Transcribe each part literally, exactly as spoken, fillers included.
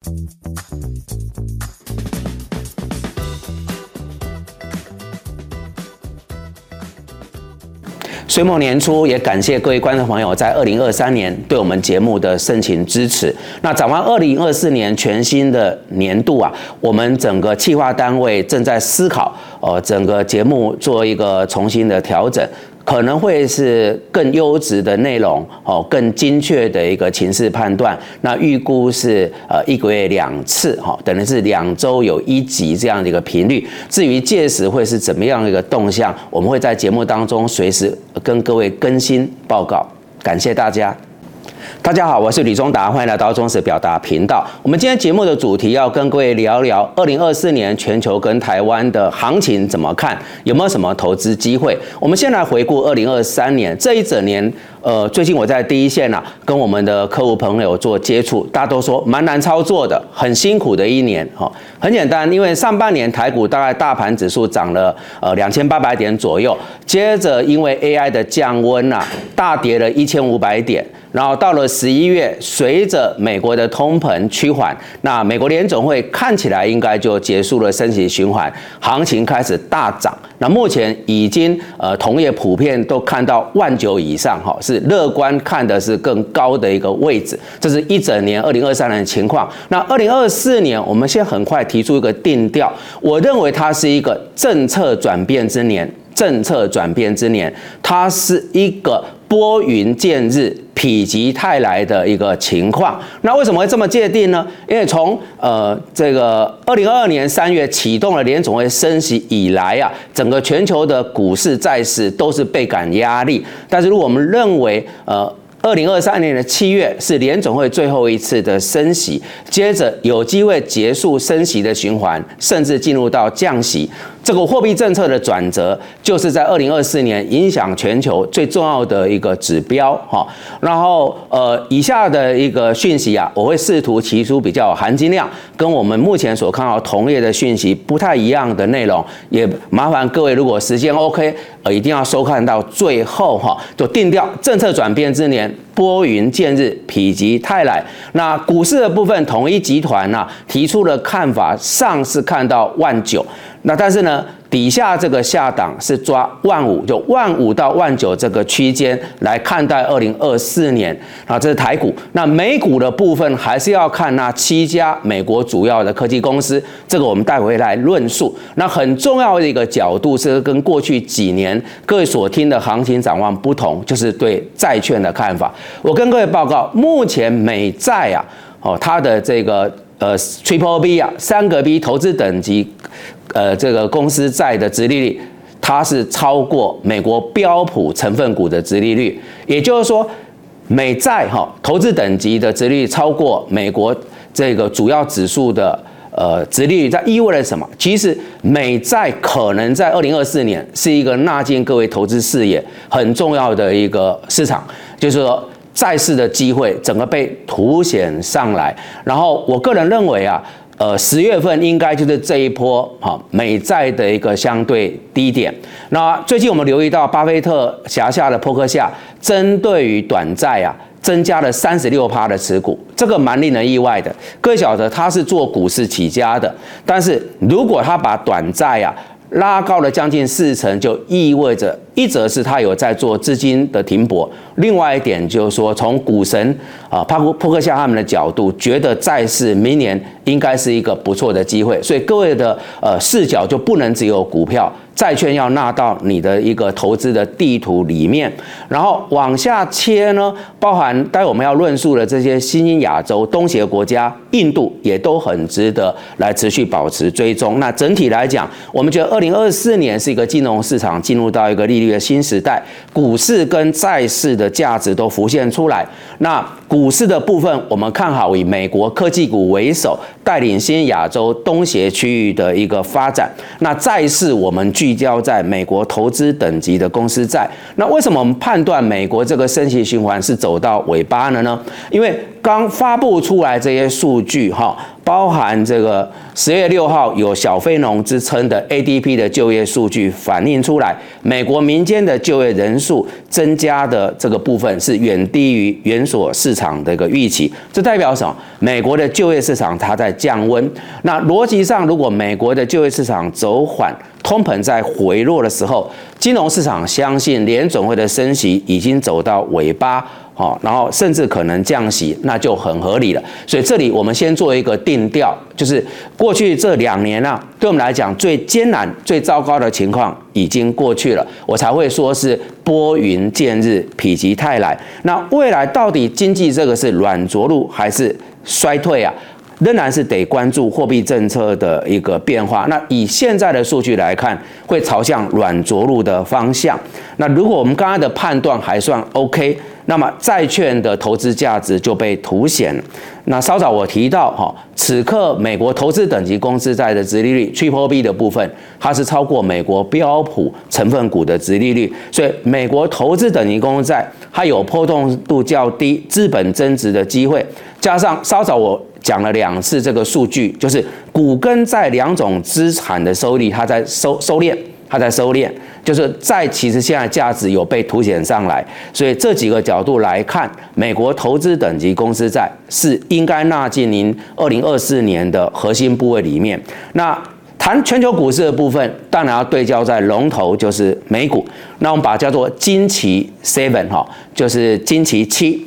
岁末年初，也感谢各位观众朋友在二零二三年对我们节目的盛情支持。那展望二零二四年全新的年度啊，我们整个企划单位正在思考，呃，整个节目做一个重新的调整。可能会是更优质的内容，哦，更精确的一个情势判断。那预估是呃一个月两次，哈，等于是两周有一集这样的一个频率。至于届时会是怎么样的一个动向，我们会在节目当中随时跟各位更新报告。感谢大家。大家好，我是吕中达，欢迎来到中时表达频道。我们今天节目的主题要跟各位聊聊二零二四年全球跟台湾的行情怎么看，有没有什么投资机会？我们先来回顾二零二三年这一整年。呃，最近我在第一线啊，跟我们的客户朋友做接触，大家都说蛮难操作的，很辛苦的一年。哈，很简单，因为上半年台股大概大盘指数涨了呃两千八百点左右，接着因为 A I 的降温啊，大跌了一千五百点。然后到了十一月，随着美国的通膨趋缓，那美国联总会看起来应该就结束了升息循环，行情开始大涨。那目前已经呃同业普遍都看到万九以上，哈，是乐观看的是更高的一个位置。这是一整年二零二三年的情况。那二零二四年，我们先很快提出一个定调，我认为它是一个政策转变之年。政策转变之年，它是一个拨云见日、否极泰来的一个情况。那为什么会这么界定呢？因为从呃这个二零二二年三月启动了联总会升息以来啊，整个全球的股市、债市都是倍感压力。但是如果我们认为呃。二零二三年的七月是联总会最后一次的升息，接着有机会结束升息的循环，甚至进入到降息。这个货币政策的转折，就是在二零二四年影响全球最重要的一个指标哈。然后呃，以下的一个讯息啊，我会试图提出比较有含金量，跟我们目前所看到同业的讯息不太一样的内容，也麻烦各位如果时间 OK， 呃，一定要收看到最后哈，就定调政策转变之年。拨云见日，否极泰来。那股市的部分，统一集团啊提出的看法，上是看到万九，那但是呢，底下这个下档是抓万五，就万五到万九这个区间来看待二零二四年啊，这是台股。那美股的部分还是要看那七家美国主要的科技公司，这个我们待会来论述。那很重要的一个角度是跟过去几年各位所听的行情展望不同，就是对债券的看法。我跟各位报告，目前美债啊，哦，它的这个呃 Triple B 啊，三个 B 投资等级，呃，这个公司债的殖利率，它是超过美国标普成分股的殖利率，也就是说，美债哈投资等级的殖利率超过美国这个主要指数的。呃，殖利率它意味着什么？其实美债可能在二零二四年是一个纳进各位投资视野很重要的一个市场，就是说债市的机会整个被凸显上来。然后我个人认为啊，呃，十月份应该就是这一波哈美债的一个相对低点。那最近我们留意到巴菲特辖下的波克夏针对于短债啊。增加了三十六趴的持股，这个蛮令人意外的。各位晓得他是做股市起家的，但是如果他把短债啊拉高了将近四成，就意味着一则是他有在做资金的停泊，另外一点就是说，从股神啊帕布波克夏他们的角度，觉得债市明年应该是一个不错的机会，所以各位的呃视角就不能只有股票。债券要纳到你的一个投资的地图里面，然后往下切呢，包含待会我们要论述的这些新兴亚洲、东协国家、印度也都很值得来持续保持追踪。那整体来讲，我们觉得二零二四年是一个金融市场进入到一个利率的新时代，股市跟债市的价值都浮现出来。那股市的部分，我们看好以美国科技股为首，带领新亚洲、东协区域的一个发展。那债市我们聚焦在美国投资等级的公司债。那为什么我们判断美国这个升息循环是走到尾巴了呢？因为刚发布出来这些数据哈，包含这个十月六号有小非农之称的 A D P 的就业数据反映出来，美国民间的就业人数增加的这个部分是远低于原所市场的一个预期。这代表什么？美国的就业市场它在降温。那逻辑上，如果美国的就业市场走缓，通膨在回落的时候，金融市场相信联准会的升息已经走到尾巴。好，然后甚至可能降息，那就很合理了。所以这里我们先做一个定调，就是过去这两年啊，对我们来讲最艰难、最糟糕的情况已经过去了，我才会说是拨云见日、否极泰来。那未来到底经济这个是软着陆还是衰退啊？仍然是得关注货币政策的一个变化。那以现在的数据来看，会朝向软着陆的方向。那如果我们刚刚的判断还算 OK， 那么债券的投资价值就被凸显了。那稍早我提到哈，此刻美国投资等级公司债的殖利率 Triple B 的部分，它是超过美国标普成分股的殖利率，所以美国投资等级公司债它有波动度较低、资本增值的机会，加上稍早我讲了两次这个数据，就是股跟债两种资产的收益，它在收收敛，它在收敛，就是债其实现在价值有被凸显上来，所以这几个角度来看，美国投资等级公司债是应该纳进您二零二四年的核心部位里面。那谈全球股市的部分，当然要对焦在龙头，就是美股。那我们把它叫做金旗 Seven 哈，就是金旗七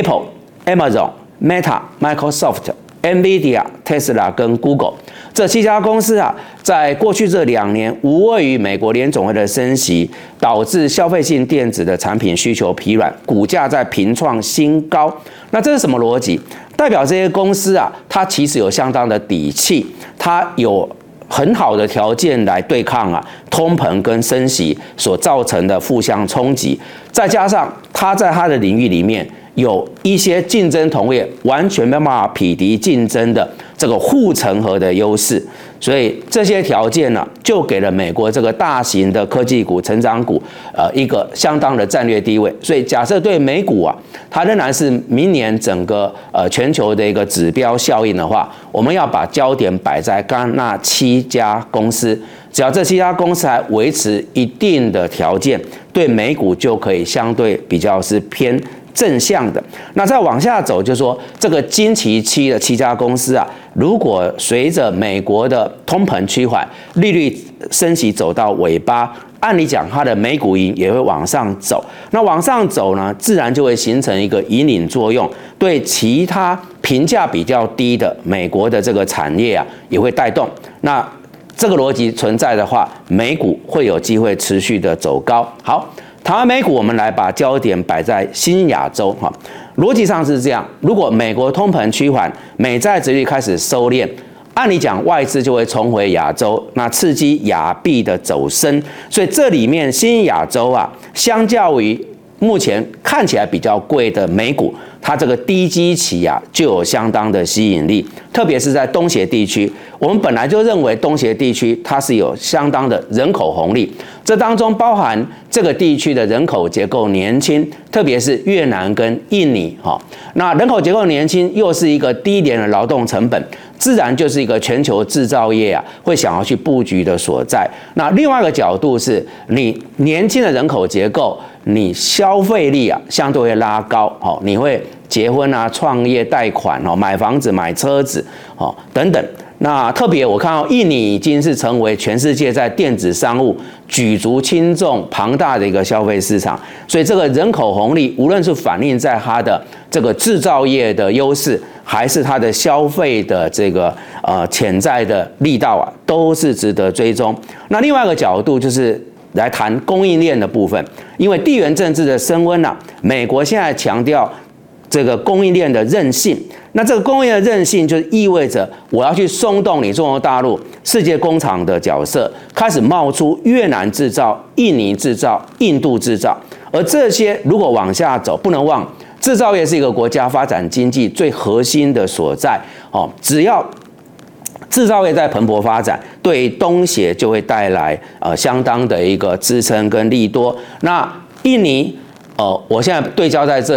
，Apple、Amazon、Meta、Microsoft。NVIDIA、Tesla 跟 Google 这七家公司啊，在过去这两年，无畏于美国联总会的升息，导致消费性电子的产品需求疲软，股价在频创新高。那这是什么逻辑？代表这些公司啊，它其实有相当的底气，它有很好的条件来对抗啊通膨跟升息所造成的负向冲击，再加上它在它的领域里面有一些竞争同业完全没办法匹敌竞争的这个护城河的优势，所以这些条件呢，就给了美国这个大型的科技股、成长股，呃，一个相当的战略地位。所以假设对美股啊，它仍然是明年整个呃全球的一个指标效应的话，我们要把焦点摆在刚刚那七家公司，只要这七家公司还维持一定的条件，对美股就可以相对比较是偏正向的。那再往下走，就是说这个金旗七的七家公司啊，如果随着美国的通膨趋缓、利率升息走到尾巴，按理讲它的美股银也会往上走。那往上走呢，自然就会形成一个引领作用，对其他评价比较低的美国的这个产业啊，也会带动。那这个逻辑存在的话，美股会有机会持续的走高。好。台湾美股，我们来把焦点摆在新亚洲哈，逻辑上是这样：如果美国通膨趋缓，美债殖利率开始收敛，按理讲外资就会重回亚洲，那刺激亚币的走升。所以这里面新亚洲啊，相较于目前看起来比较贵的美股，它这个低基期啊就有相当的吸引力，特别是在东协地区。我们本来就认为东协地区它是有相当的人口红利，这当中包含这个地区的人口结构年轻，特别是越南跟印尼哈。那人口结构年轻又是一个低廉的劳动成本，自然就是一个全球制造业啊会想要去布局的所在。那另外一个角度是，你年轻的人口结构，你消费力啊相对会拉高，哦，你会结婚啊、创业、贷款哦、买房子、买车子哦等等。那特别我看到印尼已经是成为全世界在电子商务举足轻重庞大的一个消费市场，所以这个人口红利无论是反映在它的这个制造业的优势，还是它的消费的这个呃潜在的力道啊，都是值得追踪。那另外一个角度就是来谈供应链的部分，因为地缘政治的升温啊，美国现在强调这个供应链的韧性。那这个供应链的韧性，就意味着我要去松动你中国大陆世界工厂的角色，开始冒出越南制造、印尼制造、印度制造。而这些如果往下走，不能忘，制造业是一个国家发展经济最核心的所在。哦，只要制造业在蓬勃发展，对东协就会带来呃相当的一个支撑跟利多。那印尼，呃，我现在对焦在这里。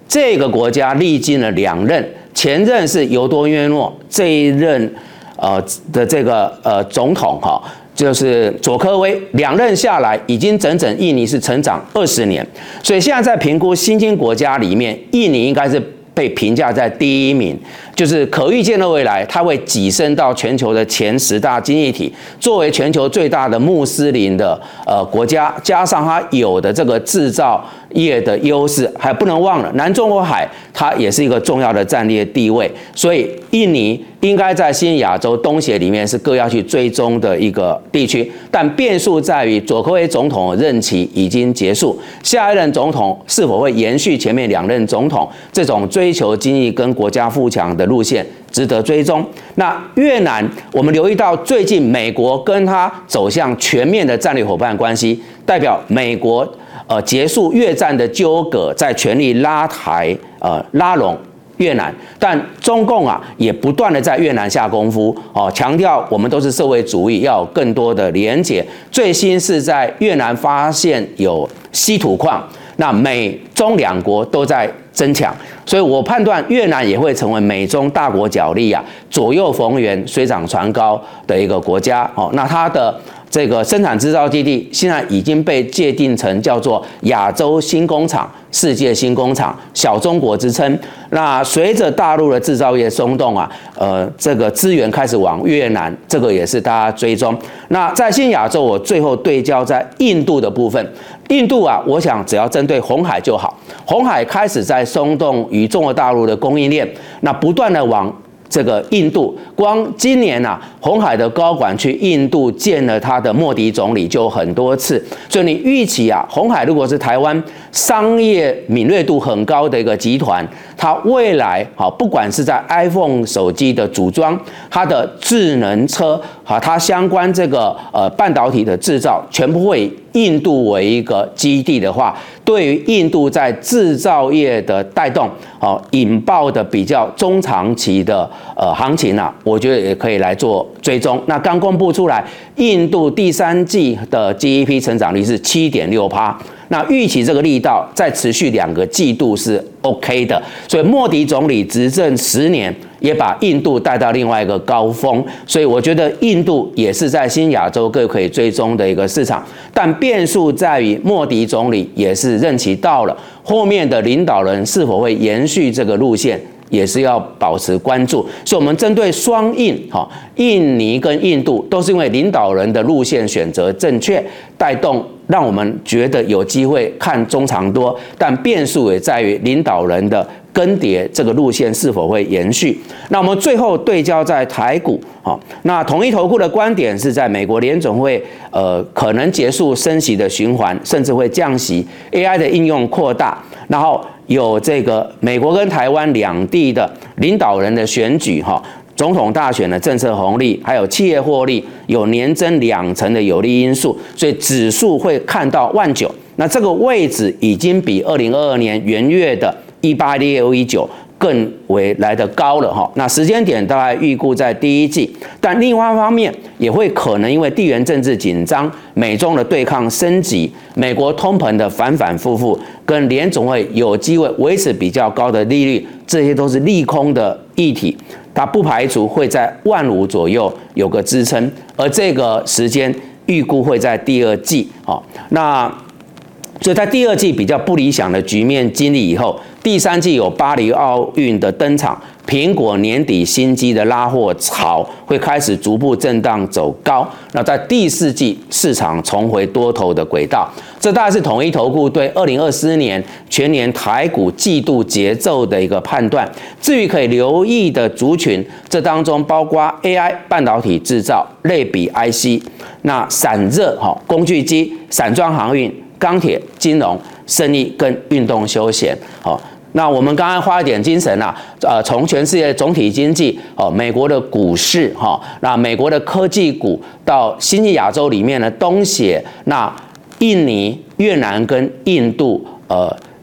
这个国家历经了两任，前任是尤多约诺，这一任呃的这个呃总统哈。就是佐科威两任下来，已经整整印尼是成长二十年，所以现在在评估新兴国家里面，印尼应该是被评价在第一名，就是可预见的未来，它会跻身到全球的前十大经济体。作为全球最大的穆斯林的呃国家，加上它有的这个制造业的优势，还不能忘了南中国海，它也是一个重要的战略地位。所以印尼应该在新亚洲东协里面是各要去追踪的一个地区，但变数在于佐科威总统的任期已经结束，下一任总统是否会延续前面两任总统这种追求经济跟国家富强的路线，值得追踪。那越南，我们留意到最近美国跟他走向全面的战略伙伴关系，代表美国呃结束越战的纠葛，在全力拉抬呃拉拢越南，但中共啊也不断的在越南下功夫哦，强调我们都是社会主义，要有更多的连结。最新是在越南发现有稀土矿，那美中两国都在争抢，所以我判断越南也会成为美中大国角力啊，左右逢源、水涨船高的一个国家哦。那它的这个生产制造基地现在已经被界定成叫做亚洲新工厂、世界新工厂、小中国之称。那随着大陆的制造业松动啊，呃，这个资源开始往越南，这个也是大家追踪。那在新亚洲，我最后对焦在印度的部分。印度啊，我想只要针对红海就好。红海开始在松动与中国大陆的供应链，那不断的往这个印度，光今年啊，鸿海的高管去印度见了他的莫迪总理就很多次，所以你预期啊，鸿海如果是台湾商业敏锐度很高的一个集团，它未来好，不管是在 iPhone 手机的组装，它的智能车，好，它相关这个呃半导体的制造，全部会以印度为一个基地的话，对于印度在制造业的带动，好，引爆的比较中长期的呃行情啊，我觉得也可以来做追踪。那刚公布出来，印度第三季的 G D P 成长率是 百分之七点六。那预期这个力道再持续两个季度是 OK 的，所以莫迪总理执政十年也把印度带到另外一个高峰，所以我觉得印度也是在新亚洲各可以追踪的一个市场，但变数在于莫迪总理也是任期到了，后面的领导人是否会延续这个路线，也是要保持关注。所以我们针对双印，哈，印尼跟印度都是因为领导人的路线选择正确，带动让我们觉得有机会看中长多，但变数也在于领导人的更迭这个路线是否会延续。那我们最后对焦在台股，哈，那统一投顾的观点是在美国联准会呃可能结束升息的循环，甚至会降息 ，A I 的应用扩大，然后有这个美国跟台湾两地的领导人的选举，哈。总统大选的政策红利，还有企业获利，有年增两成的有利因素，所以指数会看到万九。那这个位置已经比二零二二年元月的一八六一九更为来得高了哈。那时间点大概预估在第一季，但另外一方面也会可能因为地缘政治紧张、美中的对抗升级、美国通膨的反反复复，跟联总会有机会维持比较高的利率，这些都是利空的议题。它不排除会在万五左右有个支撑，而这个时间预估会在第二季。好，那所以在第二季比较不理想的局面经历以后，第三季有巴黎奥运的登场，苹果年底新机的拉货潮会开始逐步震荡走高。那在第四季市场重回多头的轨道，这大概是统一投顾对二零二四年全年台股季度节奏的一个判断。至于可以留意的族群，这当中包括 A I、半导体制造、类比 I C、那散热、哈工具机、散装航运、钢铁、金融、生意跟运动休闲，好。那我们刚刚花一点精神啊，呃，从全世界总体经济，哦，美国的股市，哈，那美国的科技股到新兴亚洲里面的东协，那印尼、越南跟印度，呃，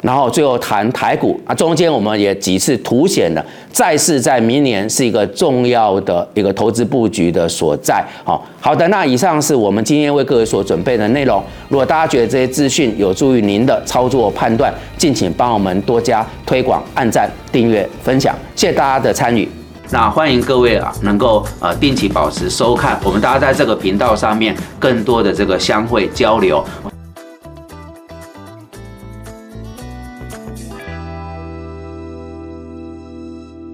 然后最后谈台股啊，中间我们也几次凸显了债市在明年是一个重要的一个投资布局的所在。好，好的，那以上是我们今天为各位所准备的内容。如果大家觉得这些资讯有助于您的操作判断，敬请帮我们多加推广、按赞、订阅、分享，谢谢大家的参与。那欢迎各位啊，能够呃定期保持收看，我们大家在这个频道上面更多的这个相会交流。